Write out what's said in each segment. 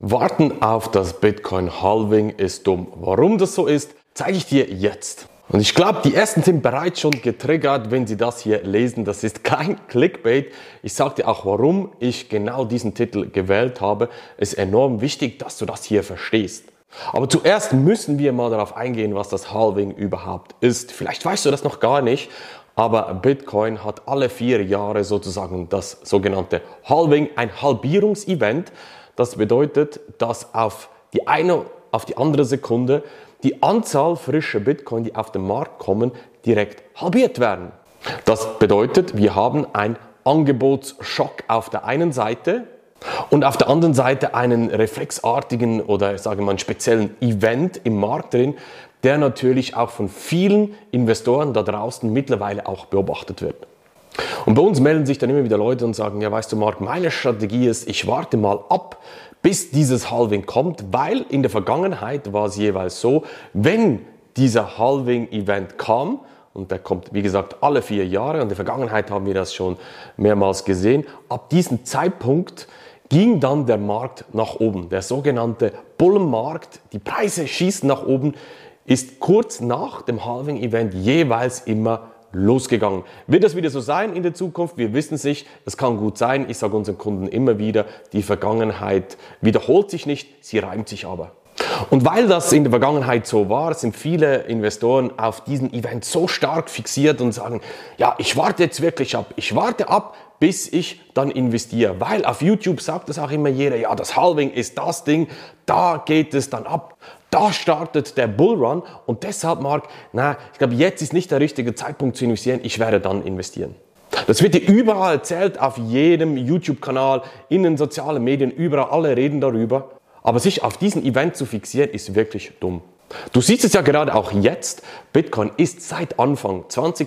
Warten auf das Bitcoin-Halving ist dumm. Warum das so ist, zeige ich dir jetzt. Und ich glaube, die ersten sind bereits schon getriggert, wenn sie das hier lesen. Das ist kein Clickbait. Ich sage dir auch, warum ich genau diesen Titel gewählt habe. Es ist enorm wichtig, dass du das hier verstehst. Aber zuerst müssen wir mal darauf eingehen, was das Halving überhaupt ist. Vielleicht weißt du das noch gar nicht, aber Bitcoin hat alle 4 Jahre sozusagen das sogenannte Halving, ein Halbierungsevent. Das bedeutet, dass auf die eine, auf die andere Sekunde die Anzahl frischer Bitcoin, die auf den Markt kommen, direkt halbiert werden. Das bedeutet, wir haben einen Angebotsschock auf der einen Seite und auf der anderen Seite einen reflexartigen oder sagen wir mal einen speziellen Event im Markt drin, der natürlich auch von vielen Investoren da draußen mittlerweile auch beobachtet wird. Und bei uns melden sich dann immer wieder Leute und sagen, ja weißt du Marc, meine Strategie ist, ich warte mal ab, bis dieses Halving kommt, weil in der Vergangenheit war es jeweils so, wenn dieser Halving-Event kam, und der kommt wie gesagt alle 4 Jahre, und in der Vergangenheit haben wir das schon mehrmals gesehen, ab diesem Zeitpunkt ging dann der Markt nach oben. Der sogenannte Bullenmarkt, die Preise schießen nach oben, ist kurz nach dem Halving-Event jeweils immer losgegangen. Wird das wieder so sein in der Zukunft? Wir wissen es nicht. Es kann gut sein. Ich sage unseren Kunden immer wieder, die Vergangenheit wiederholt sich nicht, sie reimt sich aber. Und weil das in der Vergangenheit so war, sind viele Investoren auf diesen Event so stark fixiert und sagen, ja, ich warte jetzt wirklich ab. Ich warte ab, bis ich dann investiere. Weil auf YouTube sagt das auch immer jeder, ja, das Halving ist das Ding, da geht es dann ab. Da startet der Bullrun und deshalb, Marc, ich glaube, jetzt ist nicht der richtige Zeitpunkt zu investieren, ich werde dann investieren. Das wird dir überall erzählt, auf jedem YouTube-Kanal, in den sozialen Medien, überall, alle reden darüber. Aber sich auf diesen Event zu fixieren, ist wirklich dumm. Du siehst es ja gerade auch jetzt, Bitcoin ist seit Anfang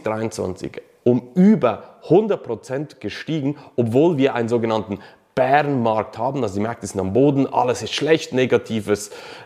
2023 um über 100% gestiegen, obwohl wir einen sogenannten Bärenmarkt haben, also die Märkte sind am Boden, alles ist schlecht, negative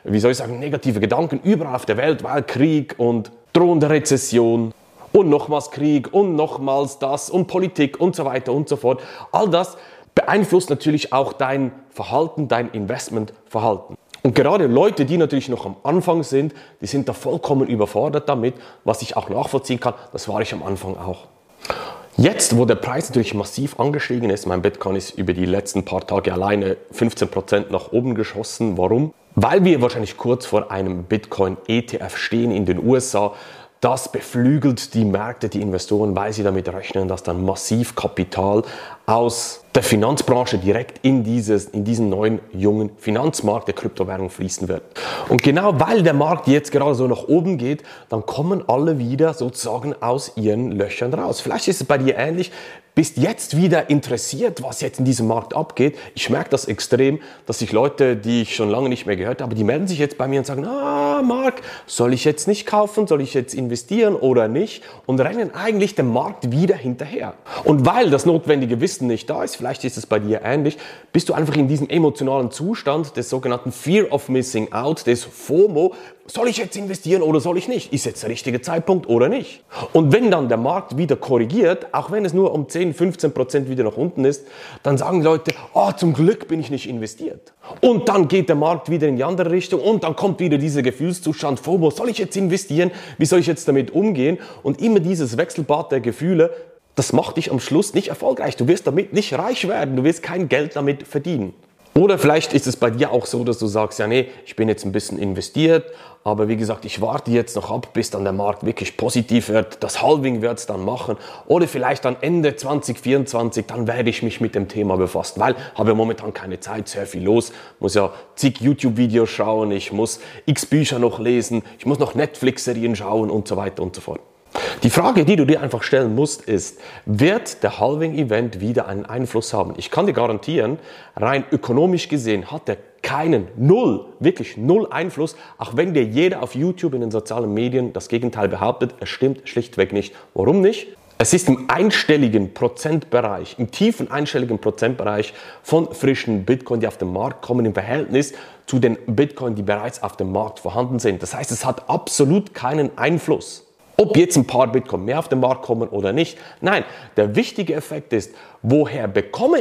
Gedanken überall auf der Welt, weil Krieg und drohende Rezession und nochmals Krieg und nochmals das und Politik und so weiter und so fort. All das beeinflusst natürlich auch dein Verhalten, dein Investmentverhalten. Und gerade Leute, die natürlich noch am Anfang sind, die sind da vollkommen überfordert damit, was ich auch nachvollziehen kann, das war ich am Anfang auch. Jetzt, wo der Preis natürlich massiv angestiegen ist, mein Bitcoin ist über die letzten paar Tage alleine 15% nach oben geschossen. Warum? Weil wir wahrscheinlich kurz vor einem Bitcoin-ETF stehen in den USA. Das beflügelt die Märkte, die Investoren, weil sie damit rechnen, dass dann massiv Kapital aus der Finanzbranche direkt in diesen neuen, jungen Finanzmarkt der Kryptowährung fließen wird. Und genau weil der Markt jetzt gerade so nach oben geht, dann kommen alle wieder sozusagen aus ihren Löchern raus. Vielleicht ist es bei dir ähnlich. Bist jetzt wieder interessiert, was jetzt in diesem Markt abgeht. Ich merke das extrem, dass sich Leute, die ich schon lange nicht mehr gehört habe, die melden sich jetzt bei mir und sagen, Marc, soll ich jetzt nicht kaufen, soll ich jetzt investieren oder nicht? Und rennen eigentlich dem Markt wieder hinterher. Und weil das notwendige Wissen nicht da ist, vielleicht ist es bei dir ähnlich, bist du einfach in diesem emotionalen Zustand des sogenannten Fear of Missing Out, des FOMO. Soll ich jetzt investieren oder soll ich nicht? Ist jetzt der richtige Zeitpunkt oder nicht? Und wenn dann der Markt wieder korrigiert, auch wenn es nur um 10-15% wieder nach unten ist, dann sagen die Leute, zum Glück bin ich nicht investiert. Und dann geht der Markt wieder in die andere Richtung und dann kommt wieder dieser Gefühlszustand, FOMO, soll ich jetzt investieren? Wie soll ich jetzt damit umgehen? Und immer dieses Wechselbad der Gefühle, das macht dich am Schluss nicht erfolgreich. Du wirst damit nicht reich werden, du wirst kein Geld damit verdienen. Oder vielleicht ist es bei dir auch so, dass du sagst, ja nee, ich bin jetzt ein bisschen investiert, aber wie gesagt, ich warte jetzt noch ab, bis dann der Markt wirklich positiv wird, das Halving wird es dann machen oder vielleicht dann Ende 2024, dann werde ich mich mit dem Thema befassen, weil habe ja momentan keine Zeit, sehr viel los, muss ja zig YouTube-Videos schauen, ich muss x Bücher noch lesen, ich muss noch Netflix-Serien schauen und so weiter und so fort. Die Frage, die du dir einfach stellen musst, ist, wird der Halving-Event wieder einen Einfluss haben? Ich kann dir garantieren, rein ökonomisch gesehen hat er wirklich null Einfluss, auch wenn dir jeder auf YouTube in den sozialen Medien das Gegenteil behauptet, es stimmt schlichtweg nicht. Warum nicht? Es ist im einstelligen Prozentbereich, im tiefen einstelligen Prozentbereich von frischen Bitcoin, die auf den Markt kommen, im Verhältnis zu den Bitcoin, die bereits auf dem Markt vorhanden sind. Das heißt, es hat absolut keinen Einfluss. Ob jetzt ein paar Bitcoin mehr auf den Markt kommen oder nicht. Nein, der wichtige Effekt ist, woher bekomme ich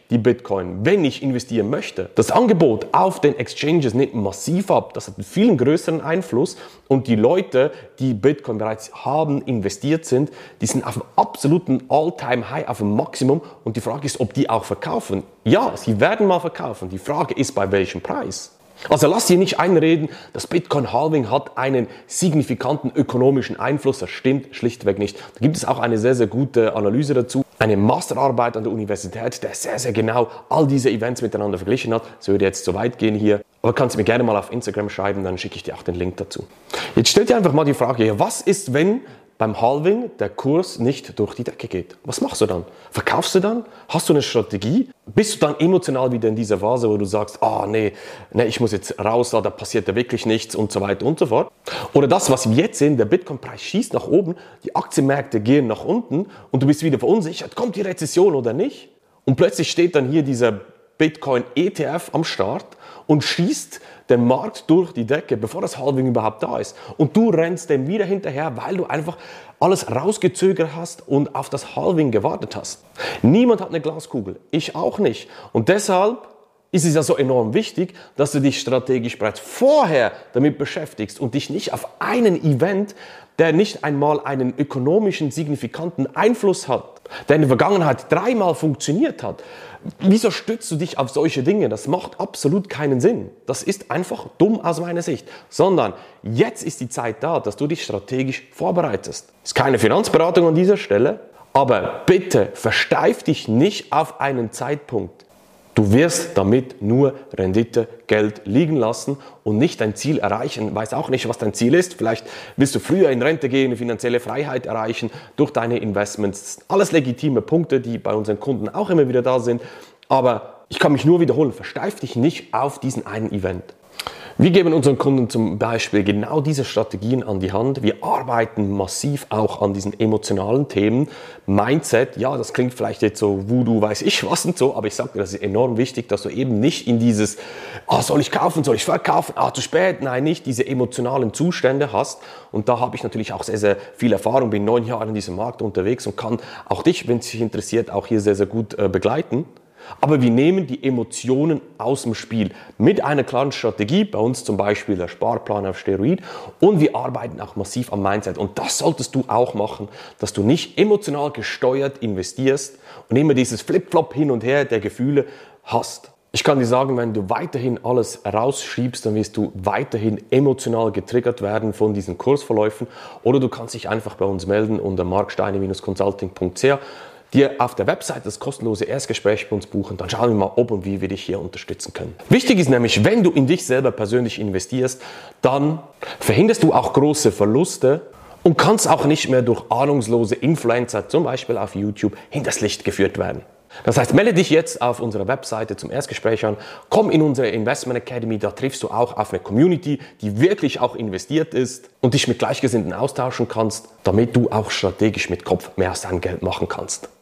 die Bitcoin, wenn ich investieren möchte. Das Angebot auf den Exchanges nimmt massiv ab. Das hat einen viel größeren Einfluss und die Leute, die Bitcoin bereits haben, investiert sind, die sind auf dem absoluten All-Time-High, auf dem Maximum und die Frage ist, ob die auch verkaufen. Ja, sie werden mal verkaufen. Die Frage ist, bei welchem Preis? Also lass dir nicht einreden, das Bitcoin-Halving hat einen signifikanten ökonomischen Einfluss. Das stimmt schlichtweg nicht. Da gibt es auch eine sehr, sehr gute Analyse dazu. Eine Masterarbeit an der Universität, der sehr, sehr genau all diese Events miteinander verglichen hat. Das würde jetzt zu weit gehen hier. Aber kannst du mir gerne mal auf Instagram schreiben, dann schicke ich dir auch den Link dazu. Jetzt stell dir einfach mal die Frage, was ist, wenn beim Halving der Kurs nicht durch die Decke geht? Was machst du dann? Verkaufst du dann? Hast du eine Strategie? Bist du dann emotional wieder in dieser Phase, wo du sagst, nee, ich muss jetzt raus, da passiert ja wirklich nichts und so weiter und so fort? Oder das, was wir jetzt sehen, der Bitcoin-Preis schießt nach oben, die Aktienmärkte gehen nach unten und du bist wieder verunsichert, kommt die Rezession oder nicht? Und plötzlich steht dann hier dieser Bitcoin-ETF am Start und schießt den Markt durch die Decke, bevor das Halving überhaupt da ist. Und du rennst dem wieder hinterher, weil du einfach alles rausgezögert hast und auf das Halving gewartet hast. Niemand hat eine Glaskugel, ich auch nicht. Und deshalb ist es ja so enorm wichtig, dass du dich strategisch bereits vorher damit beschäftigst und dich nicht auf einen Event, der nicht einmal einen ökonomischen, signifikanten Einfluss hat, der in der Vergangenheit 3-mal funktioniert hat. Wieso stützt du dich auf solche Dinge? Das macht absolut keinen Sinn. Das ist einfach dumm aus meiner Sicht. Sondern jetzt ist die Zeit da, dass du dich strategisch vorbereitest. Ist keine Finanzberatung an dieser Stelle, aber bitte versteif dich nicht auf einen Zeitpunkt. Du wirst damit nur Rendite, Geld liegen lassen und nicht dein Ziel erreichen. Weiß auch nicht, was dein Ziel ist. Vielleicht willst du früher in Rente gehen, eine finanzielle Freiheit erreichen durch deine Investments. Alles legitime Punkte, die bei unseren Kunden auch immer wieder da sind. Aber ich kann mich nur wiederholen, versteif dich nicht auf diesen einen Event. Wir geben unseren Kunden zum Beispiel genau diese Strategien an die Hand. Wir arbeiten massiv auch an diesen emotionalen Themen. Mindset, ja, das klingt vielleicht jetzt so Voodoo, weiß ich was und so, aber ich sage dir, das ist enorm wichtig, dass du eben nicht in dieses, soll ich kaufen, soll ich verkaufen, zu spät, nein, nicht diese emotionalen Zustände hast. Und da habe ich natürlich auch sehr, sehr viel Erfahrung, bin 9 Jahre in diesem Markt unterwegs und kann auch dich, wenn es dich interessiert, auch hier sehr, sehr gut begleiten. Aber wir nehmen die Emotionen aus dem Spiel mit einer klaren Strategie, bei uns zum Beispiel der Sparplan auf Steroid, und wir arbeiten auch massiv am Mindset. Und das solltest du auch machen, dass du nicht emotional gesteuert investierst und immer dieses Flip-Flop hin und her der Gefühle hast. Ich kann dir sagen, wenn du weiterhin alles rausschiebst, dann wirst du weiterhin emotional getriggert werden von diesen Kursverläufen, oder du kannst dich einfach bei uns melden unter marksteine-consulting.ch, dir auf der Website das kostenlose Erstgespräch bei uns buchen, dann schauen wir mal, ob und wie wir dich hier unterstützen können. Wichtig ist nämlich, wenn du in dich selber persönlich investierst, dann verhinderst du auch große Verluste und kannst auch nicht mehr durch ahnungslose Influencer, zum Beispiel auf YouTube, hinters Licht geführt werden. Das heißt, melde dich jetzt auf unserer Webseite zum Erstgespräch an, komm in unsere Investment Academy, da triffst du auch auf eine Community, die wirklich auch investiert ist und dich mit Gleichgesinnten austauschen kannst, damit du auch strategisch mit Kopf mehr aus deinem Geld machen kannst.